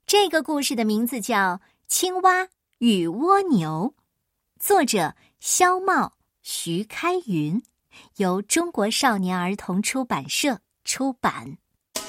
这个故事的名字叫《青蛙与蜗牛》，作者肖茂、徐开云，由中国少年儿童出版社出版。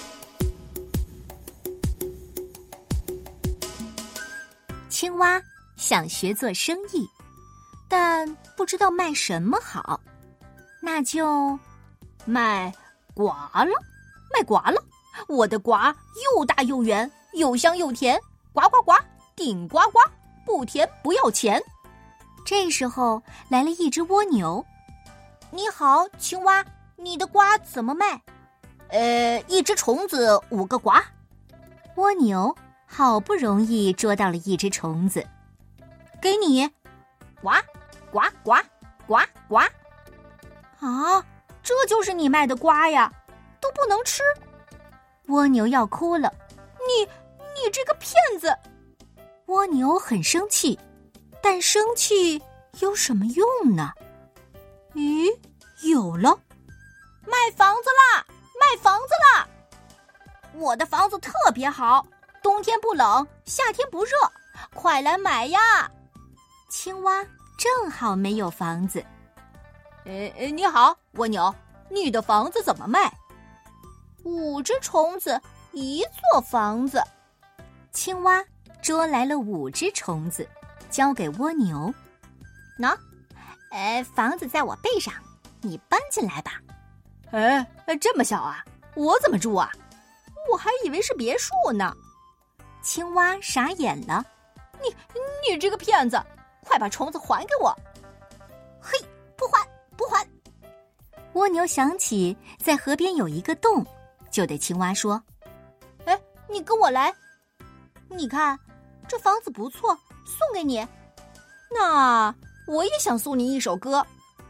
青蛙想学做生意，但不知道卖什么好，那就卖呱了。卖呱了，我的呱又大又圆，又香又甜，呱呱呱，顶呱呱，不甜不要钱。这时候来了一只蜗牛。你好，青蛙，你的呱怎么卖？一只虫子5个呱。蜗牛好不容易捉到了一只虫子，给你，呱呱呱呱呱。啊，这就是你卖的呱呀，都不能吃。蜗牛要哭了，你这个骗子！蜗牛很生气，但生气有什么用呢？咦，有了！卖房子啦！卖房子啦！我的房子特别好，冬天不冷，夏天不热，快来买呀！青蛙正好没有房子。你好，蜗牛，你的房子怎么卖？5只虫子1座房子。青蛙捉来了5只虫子，交给蜗牛。喏，房子在我背上，你搬进来吧。这么小啊？我怎么住啊？我还以为是别墅呢。青蛙傻眼了。你这个骗子，快把虫子还给我！嘿，不还！蜗牛想起在河边有一个洞，就对青蛙说：你跟我来，你看这房子不错，送给你。那我也想送你一首歌。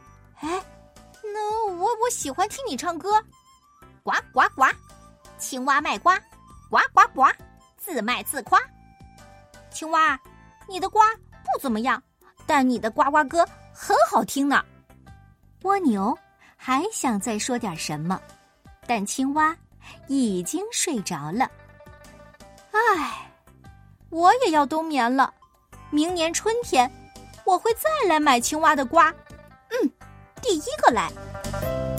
那我喜欢听你唱歌。呱呱呱，青蛙卖呱，呱呱呱，自卖自夸。青蛙，你的呱不怎么样，但你的呱呱歌很好听呢。蜗牛还想再说点什么，但青蛙已经睡着了。我也要冬眠了。明年春天，我会再来买青蛙的呱。第一个来。